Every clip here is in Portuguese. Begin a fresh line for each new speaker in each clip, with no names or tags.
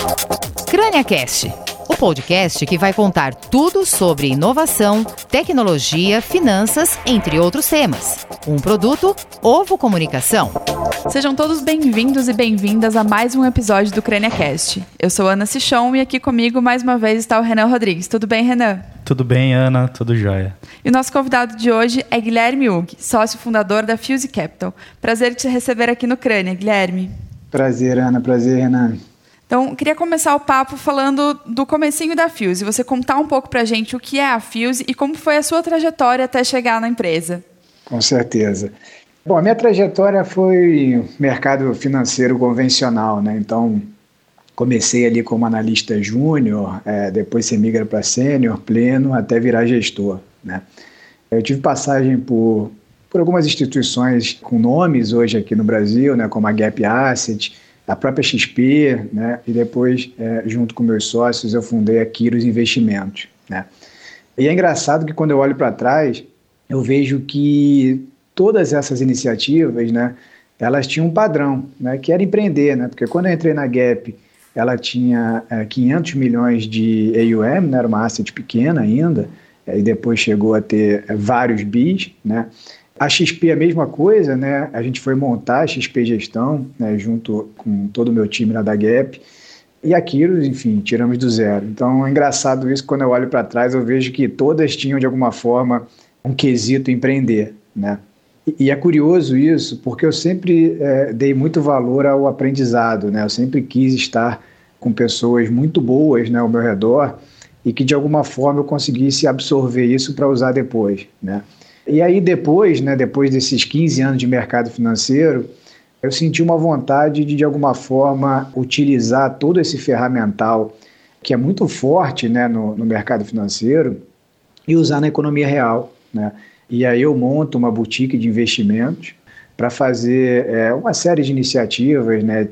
CrâniaCast, o podcast que vai contar tudo sobre inovação, tecnologia, finanças, entre outros temas. Um produto Ovo Comunicação.
Sejam todos bem-vindos e bem-vindas a mais um episódio do CrâniaCast. Eu sou Ana Cichon e aqui comigo mais uma vez está o Renan Rodrigues. Tudo bem, Renan?
Tudo bem, Ana, tudo jóia.
E o nosso convidado de hoje é Guilherme Hug, sócio fundador da Fuse Capital. Prazer te receber aqui no Crânia, Guilherme.
Prazer, Ana. Prazer, Renan.
Então, queria começar o papo falando do comecinho da Fuse. Você contar um pouco pra gente o que é a Fuse e como foi a sua trajetória até chegar na empresa.
Com certeza. Bom, a minha trajetória foi mercado financeiro convencional, né? Então, comecei ali como analista júnior, depois você migra para sênior, pleno, até virar gestor, né? Eu tive passagem por algumas instituições com nomes hoje aqui no Brasil, né? Como a Gap Asset, a própria XP, né? E depois, junto com meus sócios, eu fundei a Quiros Investimentos, né? E é engraçado que quando eu olho para trás, eu vejo que todas essas iniciativas, né? Elas tinham um padrão, né? Que era empreender, né? Porque quando eu entrei na Gap, ela tinha 500 milhões de AUM, né? Era uma asset pequena ainda, e depois chegou a ter vários bis, né? A XP a mesma coisa, né? A gente foi montar a XP Gestão, né? Junto com todo o meu time lá da Gap, e a Quiros, enfim, tiramos do zero. Então é engraçado isso, quando eu olho para trás eu vejo que todas tinham de alguma forma um quesito empreender, né? E é curioso isso, porque eu sempre dei muito valor ao aprendizado, né? Eu sempre quis estar com pessoas muito boas, né, ao meu redor e que de alguma forma eu conseguisse absorver isso para usar depois, né? E aí depois, né, depois desses 15 anos de mercado financeiro, eu senti uma vontade de alguma forma utilizar todo esse ferramental que é muito forte, né, no mercado financeiro e usar na economia real, né? E aí eu monto uma boutique de investimentos para fazer uma série de iniciativas, né,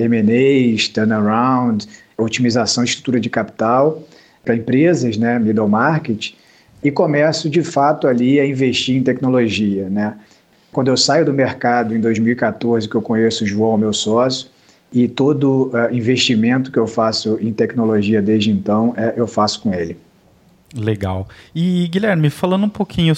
M&As, turnaround, otimização de estrutura de capital para empresas, né, middle market, e começo de fato ali a investir em tecnologia, né? Quando eu saio do mercado em 2014, que eu conheço o João, meu sócio, e todo investimento que eu faço em tecnologia desde então, eu faço com ele.
Legal. E, Guilherme, falando um pouquinho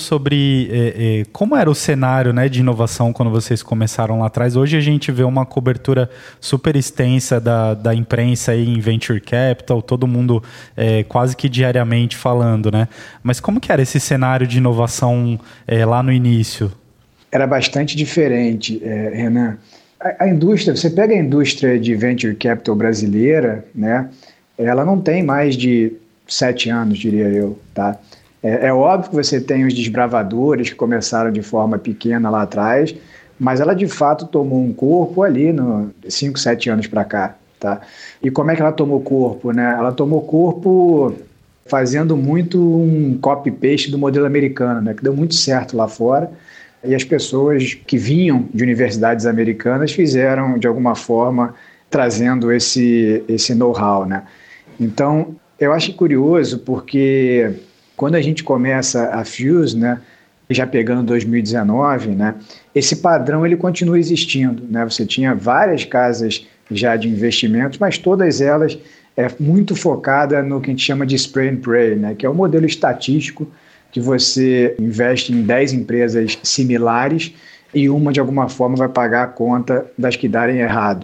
sobre como era o cenário, né, de inovação quando vocês começaram lá atrás. Hoje a gente vê uma cobertura super extensa da imprensa aí em Venture Capital, todo mundo quase que diariamente falando, né? Mas como que era esse cenário de inovação lá no início?
Era bastante diferente, Renan. A indústria, você pega a indústria de Venture Capital brasileira, né? Ela não tem mais de 7 anos, diria eu, tá? É óbvio que você tem os desbravadores que começaram de forma pequena lá atrás, mas ela de fato tomou um corpo ali no 5, 7 anos para cá, tá? E como é que ela tomou corpo, né? Ela tomou corpo fazendo muito um copy-paste do modelo americano, né? Que deu muito certo lá fora, e as pessoas que vinham de universidades americanas fizeram de alguma forma trazendo esse know-how, né? Então, eu acho curioso porque quando a gente começa a Fuse, né, já pegando 2019, né, esse padrão ele continua existindo, né? Você tinha várias casas já de investimentos, mas todas elas muito focada no que a gente chama de spray and pray, né, que é o modelo estatístico que você investe em 10 empresas similares e uma de alguma forma vai pagar a conta das que darem errado.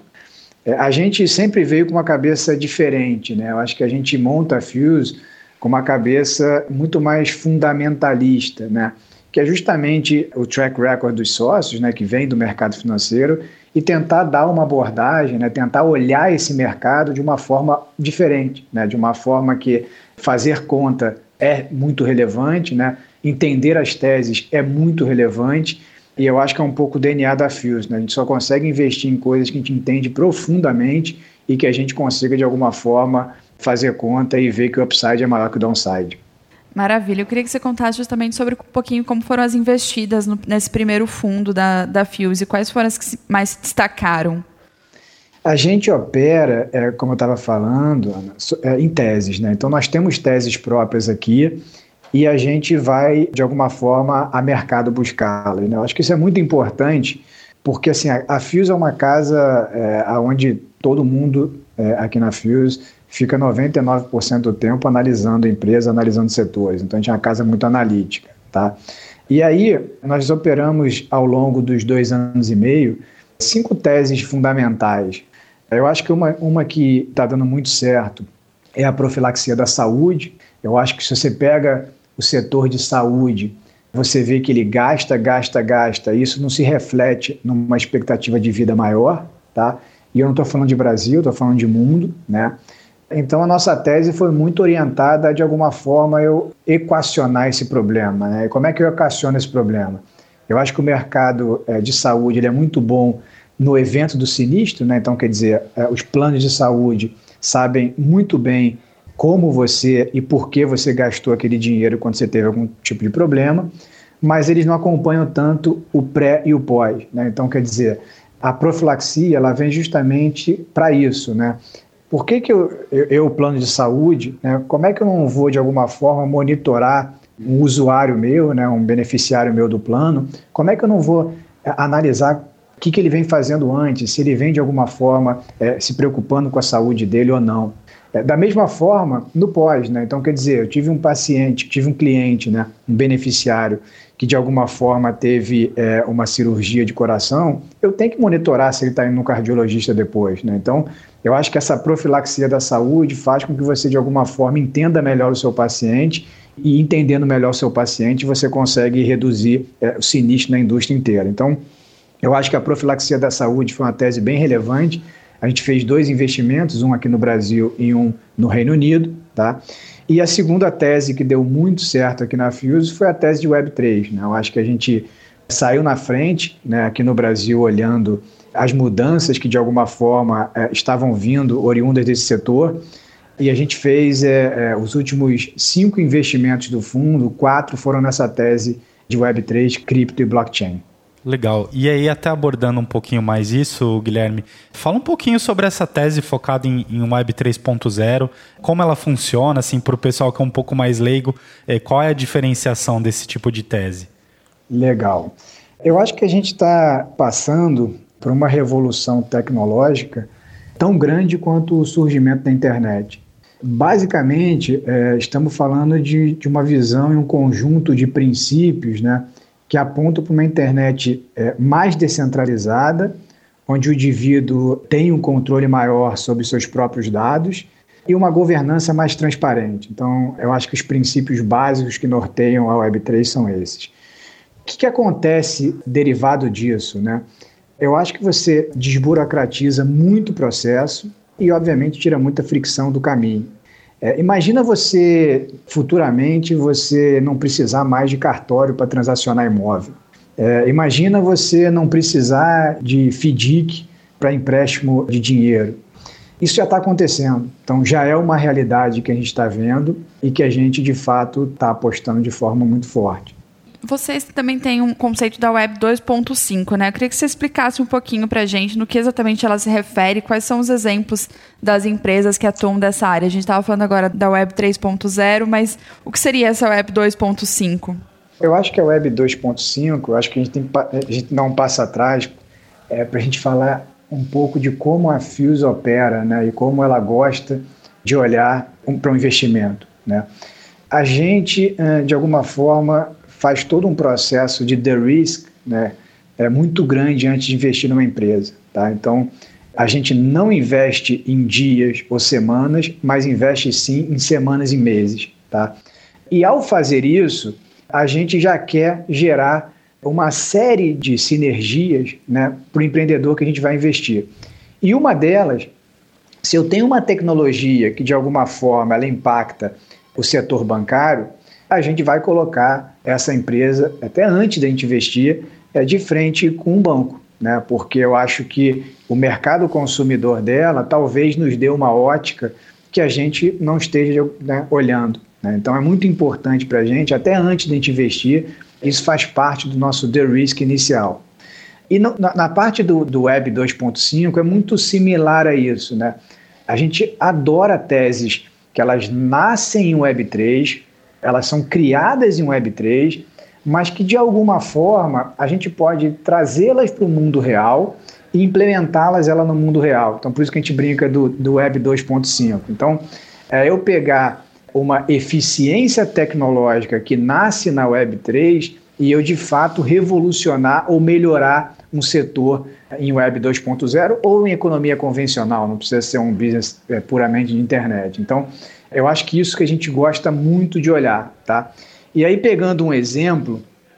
A gente sempre veio com uma cabeça diferente, né? Eu acho que a gente monta a Fuse com uma cabeça muito mais fundamentalista, né? Que é justamente o track record dos sócios, né? Que vem do mercado financeiro e tentar dar uma abordagem, né? Tentar olhar esse mercado de uma forma diferente, né? De uma forma que fazer conta é muito relevante, né? Entender as teses é muito relevante. E eu acho que é um pouco o DNA da Fuse, né? A gente só consegue investir em coisas que a gente entende profundamente e que a gente consiga, de alguma forma, fazer conta e ver que o upside é maior que o downside.
Maravilha. Eu queria que você contasse justamente sobre um pouquinho como foram as investidas nesse primeiro fundo da Fuse. Quais foram as que mais se destacaram?
A gente opera, como eu estava falando, Ana, em teses, né? Então, nós temos teses próprias aqui e a gente vai, de alguma forma, a mercado buscá-las, né? Eu acho que isso é muito importante, porque assim, a Fuse é uma casa onde todo mundo aqui na Fuse fica 99% do tempo analisando a empresa, analisando setores. Então, a gente é uma casa muito analítica, tá? E aí, nós operamos ao longo dos 2 anos e meio 5 teses fundamentais. Eu acho que uma que está dando muito certo é a profilaxia da saúde. Eu acho que se você pega o setor de saúde, você vê que ele gasta, e isso não se reflete numa expectativa de vida maior, tá? E eu não estou falando de Brasil, estou falando de mundo, né? Então, a nossa tese foi muito orientada a, de alguma forma, eu equacionar esse problema, né? E como é que eu equaciono esse problema? Eu acho que o mercado de saúde ele é muito bom no evento do sinistro, né? Então, quer dizer, os planos de saúde sabem muito bem como você e por que você gastou aquele dinheiro quando você teve algum tipo de problema, mas eles não acompanham tanto o pré e o pós, né? Então, quer dizer, a profilaxia ela vem justamente para isso, né? Por que eu plano de saúde, né? Como é que eu não vou, de alguma forma, monitorar um usuário meu, né? Um beneficiário meu do plano? Como é que eu não vou analisar o que ele vem fazendo antes, se ele vem, de alguma forma, se preocupando com a saúde dele ou não? Da mesma forma, no pós, né? Então, quer dizer, eu tive um paciente, tive um cliente, né? Um beneficiário que de alguma forma teve uma cirurgia de coração, eu tenho que monitorar se ele está indo no cardiologista depois, né? Então, eu acho que essa profilaxia da saúde faz com que você de alguma forma entenda melhor o seu paciente e entendendo melhor o seu paciente, você consegue reduzir o sinistro na indústria inteira. Então, eu acho que a profilaxia da saúde foi uma tese bem relevante. A gente fez 2 investimentos, um aqui no Brasil e um no Reino Unido, tá? E a segunda tese que deu muito certo aqui na Fuse foi a tese de Web3, né? Eu acho que a gente saiu na frente, né, aqui no Brasil, olhando as mudanças que de alguma forma estavam vindo oriundas desse setor, e a gente fez os últimos 5 investimentos do fundo, 4 foram nessa tese de Web3, cripto e blockchain.
Legal. E aí, até abordando um pouquinho mais isso, Guilherme, fala um pouquinho sobre essa tese focada em Web 3.0, como ela funciona, assim, para o pessoal que é um pouco mais leigo, qual é a diferenciação desse tipo de tese?
Legal. Eu acho que a gente está passando por uma revolução tecnológica tão grande quanto o surgimento da internet. Basicamente, estamos falando de uma visão e um conjunto de princípios, né, que apontam para uma internet mais descentralizada, onde o indivíduo tem um controle maior sobre seus próprios dados e uma governança mais transparente. Então, eu acho que os princípios básicos que norteiam a Web3 são esses. O que acontece derivado disso, né? Eu acho que você desburocratiza muito o processo e, obviamente, tira muita fricção do caminho. Imagina você, futuramente, você não precisar mais de cartório para transacionar imóvel. Imagina você não precisar de FDIC para empréstimo de dinheiro. Isso já está acontecendo. Então, já é uma realidade que a gente está vendo e que a gente, de fato, está apostando de forma muito forte.
Vocês também têm um conceito da Web 2.5, né? Eu queria que você explicasse um pouquinho para a gente no que exatamente ela se refere, quais são os exemplos das empresas que atuam dessa área. A gente estava falando agora da Web 3.0, mas o que seria essa Web 2.5?
Eu acho que a Web 2.5, eu acho que a gente dá um passo atrás para a gente falar um pouco de como a Fuse opera, né? E como ela gosta de olhar para um investimento, né? A gente, de alguma forma, faz todo um processo de de-risk, né, muito grande antes de investir numa empresa. Tá? Então, a gente não investe em dias ou semanas, mas investe sim em semanas e meses. Tá? E ao fazer isso, a gente já quer gerar uma série de sinergias, né, para o empreendedor que a gente vai investir. E uma delas, se eu tenho uma tecnologia que de alguma forma ela impacta o setor bancário, a gente vai colocar essa empresa, até antes da gente investir, de frente com um banco, né? Porque eu acho que o mercado consumidor dela talvez nos dê uma ótica que a gente não esteja, né, olhando. Né? Então é muito importante para a gente, até antes da gente investir, isso faz parte do nosso de-risk inicial. E na parte do Web 2.5 é muito similar a isso, né? A gente adora teses que elas nascem em Web 3, elas são criadas em Web3, mas que de alguma forma a gente pode trazê-las para o mundo real e implementá-las no mundo real. Então, por isso que a gente brinca do Web 2.5. Então, eu pegar uma eficiência tecnológica que nasce na Web 3 e eu, de fato, revolucionar ou melhorar um setor em Web 2.0 ou em economia convencional, não precisa ser um business puramente de internet. Então, eu acho que isso que a gente gosta muito de olhar, tá? E aí, pegando um exemplo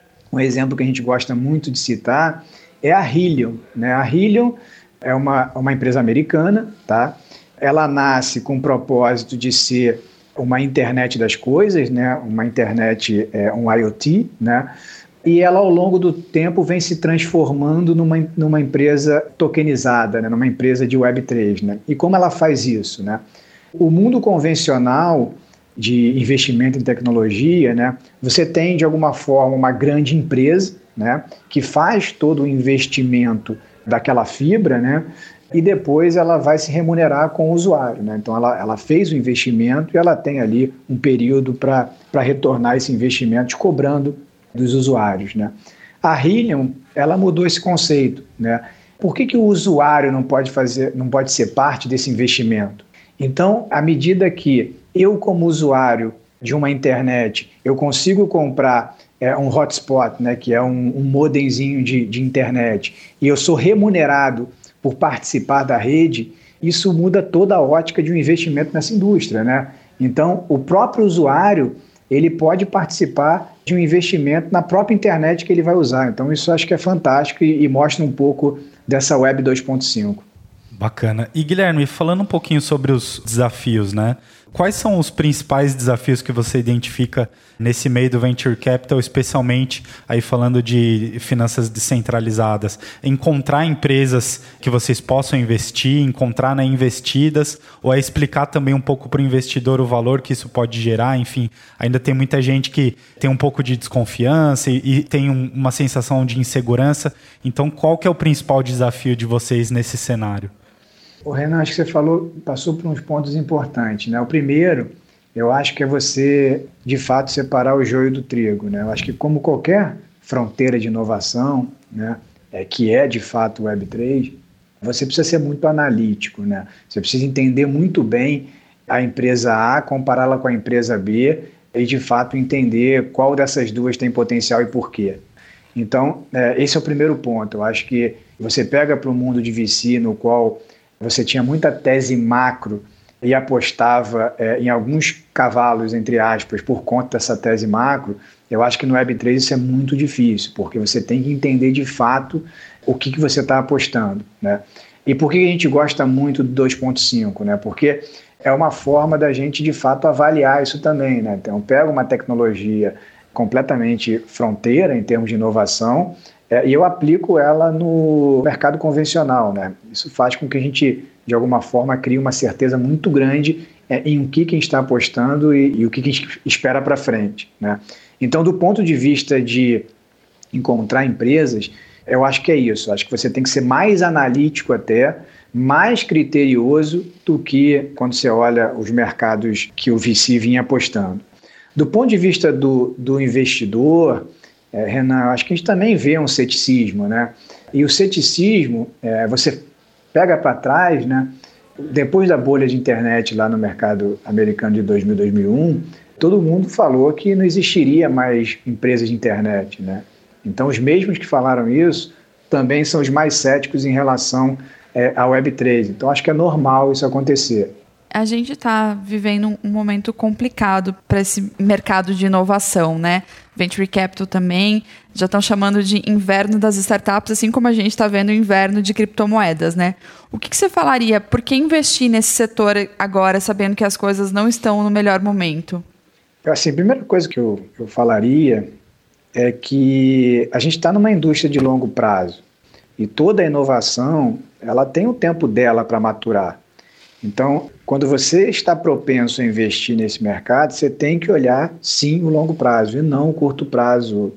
que a gente gosta muito de citar é a Helion, né? A Helion é uma empresa americana, tá? Ela nasce com o propósito de ser uma internet das coisas, né? Uma internet, um IoT, né? E ela, ao longo do tempo, vem se transformando numa empresa tokenizada, né? Numa empresa de Web3, né? E como ela faz isso, né? O mundo convencional de investimento em tecnologia, né? Você tem, de alguma forma, uma grande empresa, né? Que faz todo o investimento daquela fibra, né? E depois ela vai se remunerar com o usuário, né? Então ela fez o investimento e ela tem ali um período para retornar esse investimento cobrando dos usuários, né? A Helion, ela mudou esse conceito, né? Por que o usuário não pode ser parte desse investimento? Então, à medida que eu, como usuário de uma internet, eu consigo comprar um hotspot, né, que é um modemzinho de internet, e eu sou remunerado por participar da rede, isso muda toda a ótica de um investimento nessa indústria, né? Então, o próprio usuário, ele pode participar de um investimento na própria internet que ele vai usar. Então, isso eu acho que é fantástico e mostra um pouco dessa Web 2.5.
Bacana. E Guilherme, falando um pouquinho sobre os desafios, né? Quais são os principais desafios que você identifica nesse meio do Venture Capital, especialmente aí falando de finanças descentralizadas? Encontrar empresas que vocês possam investir, encontrar investidas, ou é explicar também um pouco para o investidor o valor que isso pode gerar? Enfim, ainda tem muita gente que tem um pouco de desconfiança e tem uma sensação de insegurança. Então, qual que é o principal desafio de vocês nesse cenário?
O Renan, acho que você passou por uns pontos importantes, né? O primeiro, eu acho que é você, de fato, separar o joio do trigo, né? Eu acho que como qualquer fronteira de inovação, né, que é, de fato, o Web3, você precisa ser muito analítico, né? Você precisa entender muito bem a empresa A, compará-la com a empresa B e, de fato, entender qual dessas duas tem potencial e por quê. Então, esse é o primeiro ponto. Eu acho que você pega para o mundo de VC, no qual você tinha muita tese macro e apostava em alguns cavalos, entre aspas, por conta dessa tese macro. Eu acho que no Web3 isso é muito difícil, porque você tem que entender de fato o que você está apostando, né? E por que a gente gosta muito do 2.5, né? Porque é uma forma da gente, de fato, avaliar isso também, né? Então, pega uma tecnologia completamente fronteira em termos de inovação, e eu aplico ela no mercado convencional, né? Isso faz com que a gente, de alguma forma, crie uma certeza muito grande em o que a gente está apostando e o que a gente espera para frente, né? Então, do ponto de vista de encontrar empresas, eu acho que é isso. Eu acho que você tem que ser mais analítico até, mais criterioso do que quando você olha os mercados que o VC vinha apostando. Do ponto de vista do investidor, Renan, acho que a gente também vê um ceticismo, né? E o ceticismo, você pega para trás, né? Depois da bolha de internet lá no mercado americano de 2000, 2001, todo mundo falou que não existiria mais empresas de internet, né? Então, os mesmos que falaram isso também são os mais céticos em relação à Web3. Então, acho que é normal isso acontecer.
A gente está vivendo um momento complicado para esse mercado de inovação, né? Venture Capital também, já estão chamando de inverno das startups, assim como a gente está vendo o inverno de criptomoedas, né? O que você falaria? Por que investir nesse setor agora, sabendo que as coisas não estão no melhor momento?
Assim, a primeira coisa que eu falaria é que a gente está numa indústria de longo prazo e toda a inovação ela tem o tempo dela para maturar. Então, quando você está propenso a investir nesse mercado, você tem que olhar, sim, o longo prazo e não o curto prazo.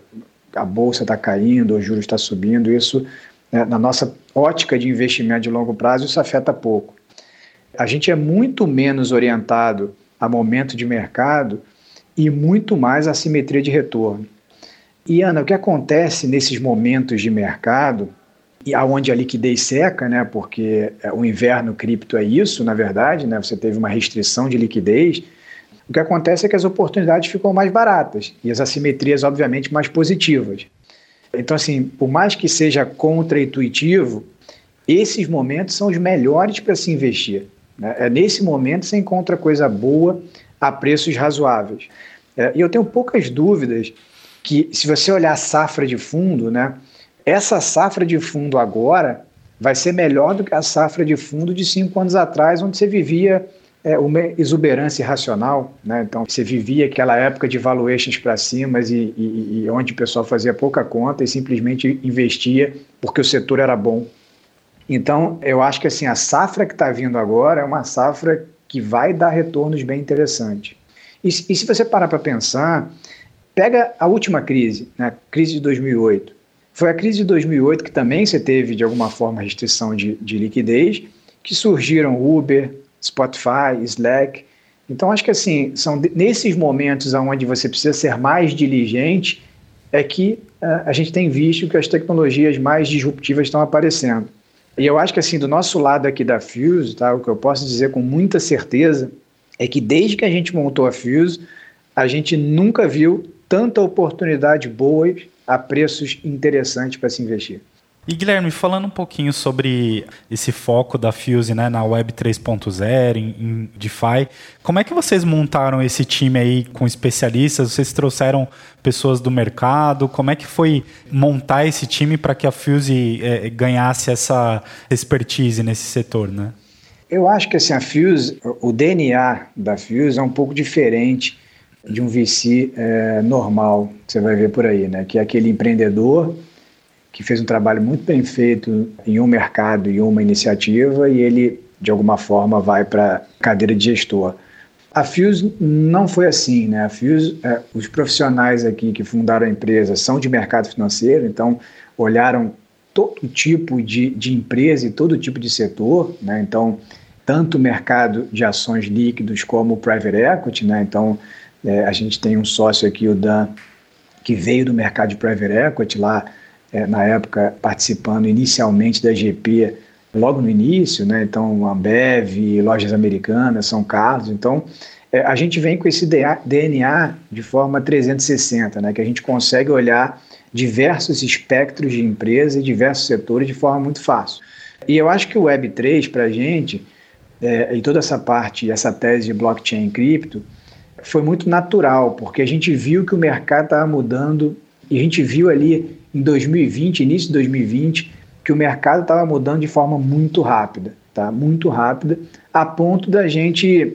A bolsa está caindo, o juros está subindo, isso, na nossa ótica de investimento de longo prazo, isso afeta pouco. A gente é muito menos orientado a momento de mercado e muito mais a simetria de retorno. E, Ana, o que acontece nesses momentos de mercado, e aonde a liquidez seca, né, porque o inverno cripto é isso, na verdade, né, você teve uma restrição de liquidez, o que acontece é que as oportunidades ficam mais baratas e as assimetrias, obviamente, mais positivas. Então, assim, por mais que seja contra-intuitivo, esses momentos são os melhores para se investir, né? É nesse momento que você encontra coisa boa a preços razoáveis. E eu tenho poucas dúvidas que, se você olhar a safra de fundo, né, essa safra de fundo agora vai ser melhor do que a safra de fundo de 5 anos atrás, onde você vivia uma exuberância irracional, né? Então, você vivia aquela época de valuations para cima e onde o pessoal fazia pouca conta e simplesmente investia porque o setor era bom. Então, eu acho que assim, a safra que está vindo agora é uma safra que vai dar retornos bem interessantes. E se você parar para pensar, pega a última crise, né? Crise de 2008. Foi a crise de 2008 que também você teve, de alguma forma, restrição de liquidez, que surgiram Uber, Spotify, Slack. Então, acho que assim, são nesses momentos onde você precisa ser mais diligente é que a gente tem visto que as tecnologias mais disruptivas estão aparecendo. E eu acho que assim, do nosso lado aqui da Fuse, tá, o que eu posso dizer com muita certeza é que desde que a gente montou a Fuse, a gente nunca viu tanta oportunidade boa a preços interessantes para se investir.
E Guilherme, falando um pouquinho sobre esse foco da Fuse, né, na Web 3.0, em DeFi, como é que vocês montaram esse time aí com especialistas? Vocês trouxeram pessoas do mercado? Como é que foi montar esse time para que a Fuse ganhasse essa expertise nesse setor, né?
Eu acho que assim, a Fuse, o DNA da Fuse é um pouco diferente de um VC normal que você vai ver por aí, né? Que é aquele empreendedor que fez um trabalho muito bem feito em um mercado e uma iniciativa e ele, de alguma forma, vai para a cadeira de gestor. A Fuse não foi assim, né? A Fuse, os profissionais aqui que fundaram a empresa são de mercado financeiro, então olharam todo tipo de empresa e todo tipo de setor, né? Então, tanto o mercado de ações líquidos como o private equity, né? Então, a gente tem um sócio aqui, o Dan, que veio do mercado de private equity lá, na época participando inicialmente da GP, logo no início, né? Então Ambev, Lojas Americanas, São Carlos. Então a gente vem com esse DNA de forma 360, né? Que a gente consegue olhar diversos espectros de empresa e diversos setores de forma muito fácil. E eu acho que o Web3 para a gente, e toda essa parte, essa tese de blockchain e cripto, foi muito natural, porque a gente viu que o mercado estava mudando e a gente viu ali em 2020, início de 2020, que o mercado estava mudando de forma muito rápida, tá? Muito rápida, a ponto da gente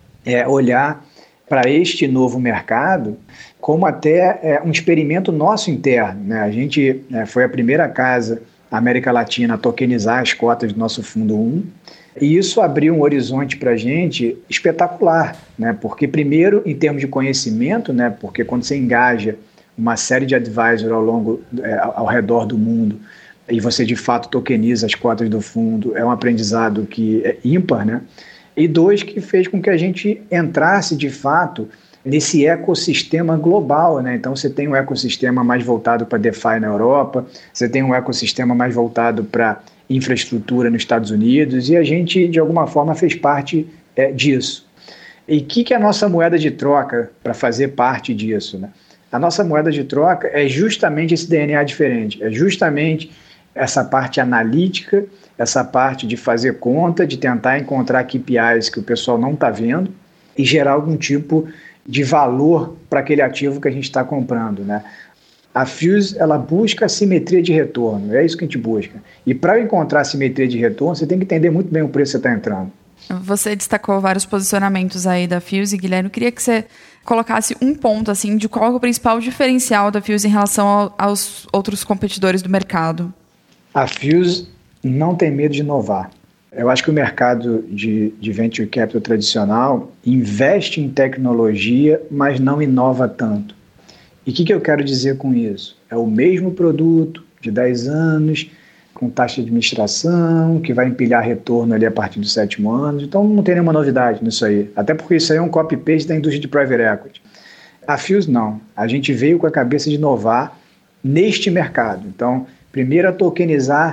olhar para este novo mercado como até um experimento nosso interno, né? A gente foi a primeira casa da América Latina a tokenizar as cotas do nosso Fundo 1, e isso abriu um horizonte para a gente espetacular, né? Porque primeiro, em termos de conhecimento, né? Porque quando você engaja uma série de advisors ao redor do mundo e você de fato tokeniza as cotas do fundo, é um aprendizado que é ímpar, né? E dois, que fez com que a gente entrasse de fato nesse ecossistema global, né? Então você tem um ecossistema mais voltado para DeFi na Europa, você tem um ecossistema mais voltado para infraestrutura nos Estados Unidos, e a gente de alguma forma fez parte disso. E o que é a nossa moeda de troca para fazer parte disso, né? A nossa moeda de troca é justamente esse DNA diferente, é justamente essa parte analítica, essa parte de fazer conta, de tentar encontrar KPIs que o pessoal não está vendo e gerar algum tipo de valor para aquele ativo que a gente está comprando, né? A Fuse, ela busca a simetria de retorno, é isso que a gente busca. E para encontrar a simetria de retorno, você tem que entender muito bem o preço que você está entrando.
Você destacou vários posicionamentos aí da Fuse, Guilherme. Eu queria que você colocasse um ponto assim de qual é o principal diferencial da Fuse em relação aos outros competidores do mercado.
A Fuse não tem medo de inovar. Eu acho que o mercado de venture capital tradicional investe em tecnologia, mas não inova tanto. E o que eu quero dizer com isso? É o mesmo produto de 10 anos, com taxa de administração, que vai empilhar retorno ali a partir do 7º ano. Então não tem nenhuma novidade nisso aí. Até porque isso aí é um copy-paste da indústria de private equity. A Fuse não. A gente veio com a cabeça de inovar neste mercado. Então, primeiro a tokenizar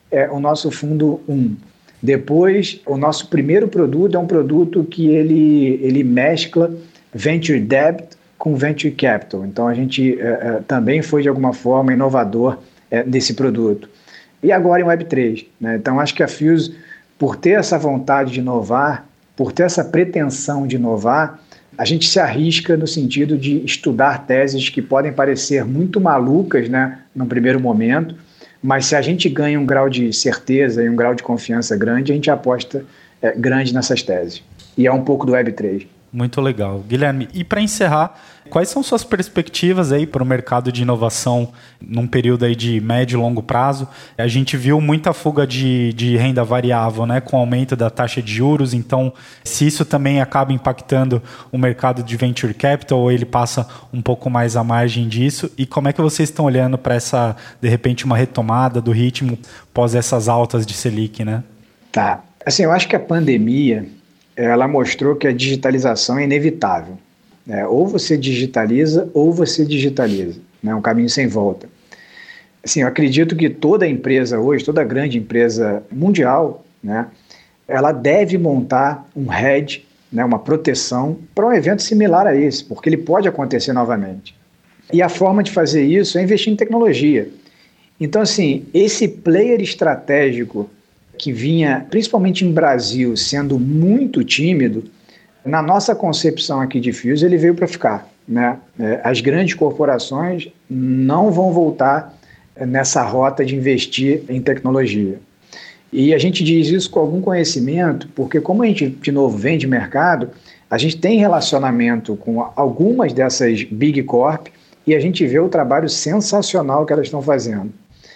é o nosso fundo 1. Depois, o nosso primeiro produto é um produto que ele mescla Venture Debt com Venture Capital. Então, a gente também foi, de alguma forma, inovador nesse produto. E agora em Web3. Né? Então, acho que a Fuse, por ter essa vontade de inovar, por ter essa pretensão de inovar, a gente se arrisca no sentido de estudar teses que podem parecer muito malucas, né, num primeiro momento, mas se a gente ganha um grau de certeza e um grau de confiança grande, a gente aposta grande nessas teses. E é um pouco do Web3.
Muito legal. Guilherme, e para encerrar, quais são suas perspectivas aí para o mercado de inovação num período aí de médio e longo prazo? A gente viu muita fuga de renda variável, né, com o aumento da taxa de juros, então se isso também acaba impactando o mercado de Venture Capital, ou ele passa um pouco mais à margem disso, e como é que vocês estão olhando para essa, de repente, uma retomada do ritmo pós essas altas de Selic, né?
Tá. Assim, eu acho que a pandemia ela mostrou que a digitalização é inevitável. Ou você digitaliza, ou você digitaliza. É um caminho sem volta. Assim, eu acredito que toda empresa hoje, toda grande empresa mundial, né, ela deve montar um hedge, né, uma proteção, para um evento similar a esse, porque ele pode acontecer novamente. E a forma de fazer isso é investir em tecnologia. Então, assim, esse player estratégico que vinha, principalmente em Brasil, sendo muito tímido, na nossa concepção aqui de Fuse, ele veio para ficar. Né? As grandes corporações não vão voltar nessa rota de investir em tecnologia. E a gente diz isso com algum conhecimento, porque como a gente, de novo, vem de mercado, a gente tem relacionamento com algumas dessas Big Corp e a gente vê o trabalho sensacional que elas estão fazendo.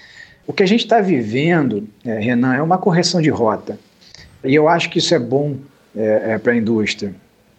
O que a gente está vivendo, Renan, é uma correção de rota. E eu acho que isso é bom para a indústria.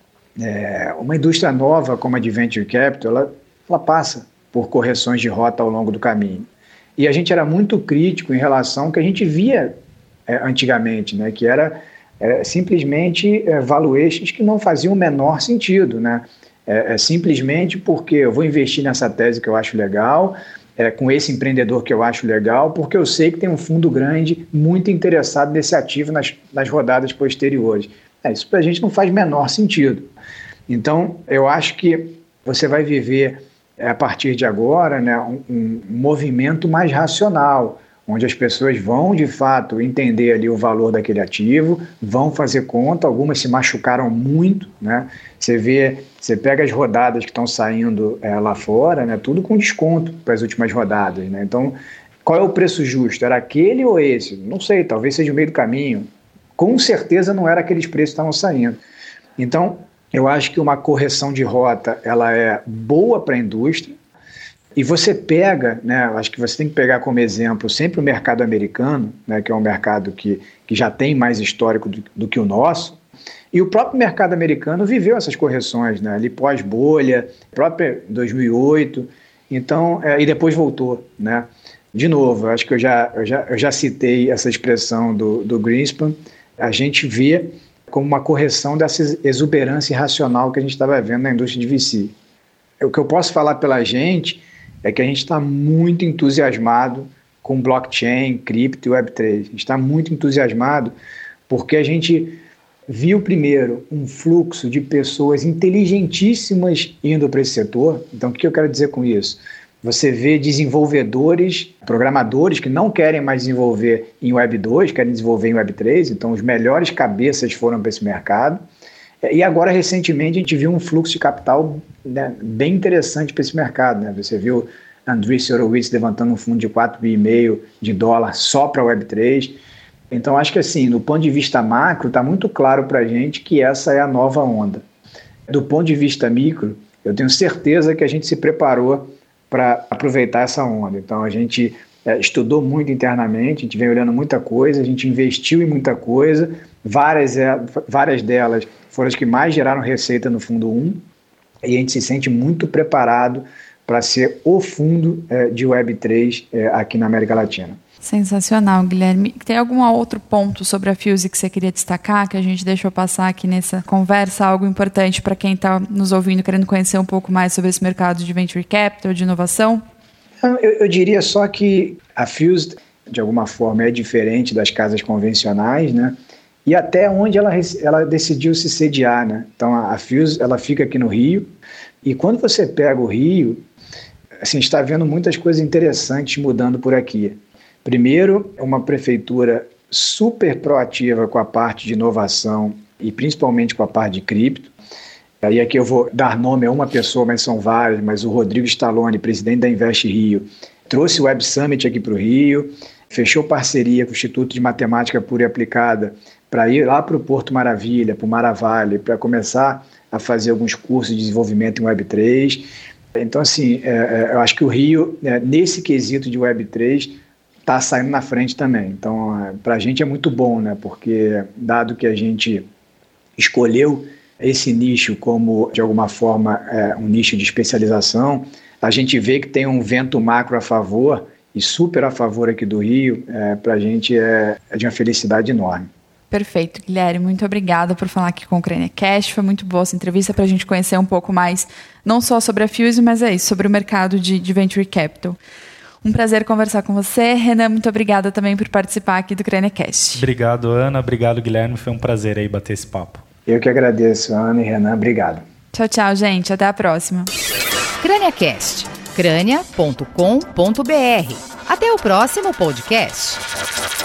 Uma indústria nova como a de Venture Capital, ela passa por correções de rota ao longo do caminho. E a gente era muito crítico em relação ao que a gente via antigamente, né, que era simplesmente valuations que não faziam o menor sentido. Né? Simplesmente porque eu vou investir nessa tese que eu acho legal, com esse empreendedor que eu acho legal, porque eu sei que tem um fundo grande muito interessado nesse ativo nas rodadas posteriores. Isso para a gente não faz menor sentido. Então, eu acho que você vai viver, a partir de agora, né, um movimento mais racional, onde as pessoas vão, de fato, entender ali o valor daquele ativo, vão fazer conta, algumas se machucaram muito, né? Você pega as rodadas que estão saindo lá fora, né, tudo com desconto para as últimas rodadas. Né? Então, qual é o preço justo? Era aquele ou esse? Não sei, talvez seja o meio do caminho. Com certeza não era aqueles preços que estavam saindo. Então, eu acho que uma correção de rota ela é boa para a indústria. E você pega, né, acho que você tem que pegar como exemplo sempre o mercado americano, né, que é um mercado que já tem mais histórico do que o nosso, e o próprio mercado americano viveu essas correções, né, ali pós-bolha, próprio 2008, então, e depois voltou. Né. De novo, acho que eu já citei essa expressão do Greenspan, a gente vê como uma correção dessa exuberância irracional que a gente estava vendo na indústria de VC. O que eu posso falar pela gente é que a gente está muito entusiasmado com blockchain, cripto e Web3. A gente está muito entusiasmado porque a gente viu primeiro um fluxo de pessoas inteligentíssimas indo para esse setor. Então, o que eu quero dizer com isso? Você vê desenvolvedores, programadores que não querem mais desenvolver em Web 2, querem desenvolver em Web 3, então os melhores cabeças foram para esse mercado. E agora, recentemente, a gente viu um fluxo de capital, né, bem interessante para esse mercado. Né? Você viu Andreessen Horowitz levantando um fundo de $4,5 bilhões só para a Web 3. Então, acho que assim, do ponto de vista macro, está muito claro para a gente que essa é a nova onda. Do ponto de vista micro, eu tenho certeza que a gente se preparou para aproveitar essa onda. Então, a gente estudou muito internamente, a gente vem olhando muita coisa, a gente investiu em muita coisa, várias delas foram as que mais geraram receita no fundo 1, e a gente se sente muito preparado para ser o fundo de Web3 aqui na América Latina.
Sensacional, Guilherme. Tem algum outro ponto sobre a Fuse que você queria destacar, que a gente deixou passar aqui nessa conversa, algo importante para quem está nos ouvindo, querendo conhecer um pouco mais sobre esse mercado de Venture Capital, de inovação?
Eu diria só que a Fuse de alguma forma, é diferente das casas convencionais, né? E até onde ela decidiu se sediar, né? Então, a Fios, ela fica aqui no Rio, e quando você pega o Rio, assim, está vendo muitas coisas interessantes mudando por aqui. Primeiro, uma prefeitura super proativa com a parte de inovação e principalmente com a parte de cripto. E aqui eu vou dar nome a uma pessoa, mas são várias, mas o Rodrigo Stallone, presidente da Invest Rio, trouxe o Web Summit aqui para o Rio, fechou parceria com o Instituto de Matemática Pura e Aplicada para ir lá para o Porto Maravilha, para o Maravale, para começar a fazer alguns cursos de desenvolvimento em Web3. Então, assim, eu acho que o Rio, nesse quesito de Web3, está saindo na frente também. Então, para a gente é muito bom, né? Porque, dado que a gente escolheu esse nicho como, de alguma forma, um nicho de especialização, a gente vê que tem um vento macro a favor e super a favor aqui do Rio, para a gente é de uma felicidade enorme.
Perfeito, Guilherme. Muito obrigada por falar aqui com o CrâniaCast. Foi muito boa essa entrevista para a gente conhecer um pouco mais, não só sobre a Fuse, mas sobre o mercado de Venture Capital. Um prazer conversar com você. Renan, muito obrigada também por participar aqui do CrâniaCast.
Obrigado, Ana. Obrigado, Guilherme. Foi um prazer aí bater esse papo.
Eu que agradeço, Ana e Renan. Obrigado.
Tchau, tchau, gente. Até a próxima.
CrâniaCast, crânia.com.br. Até o próximo podcast.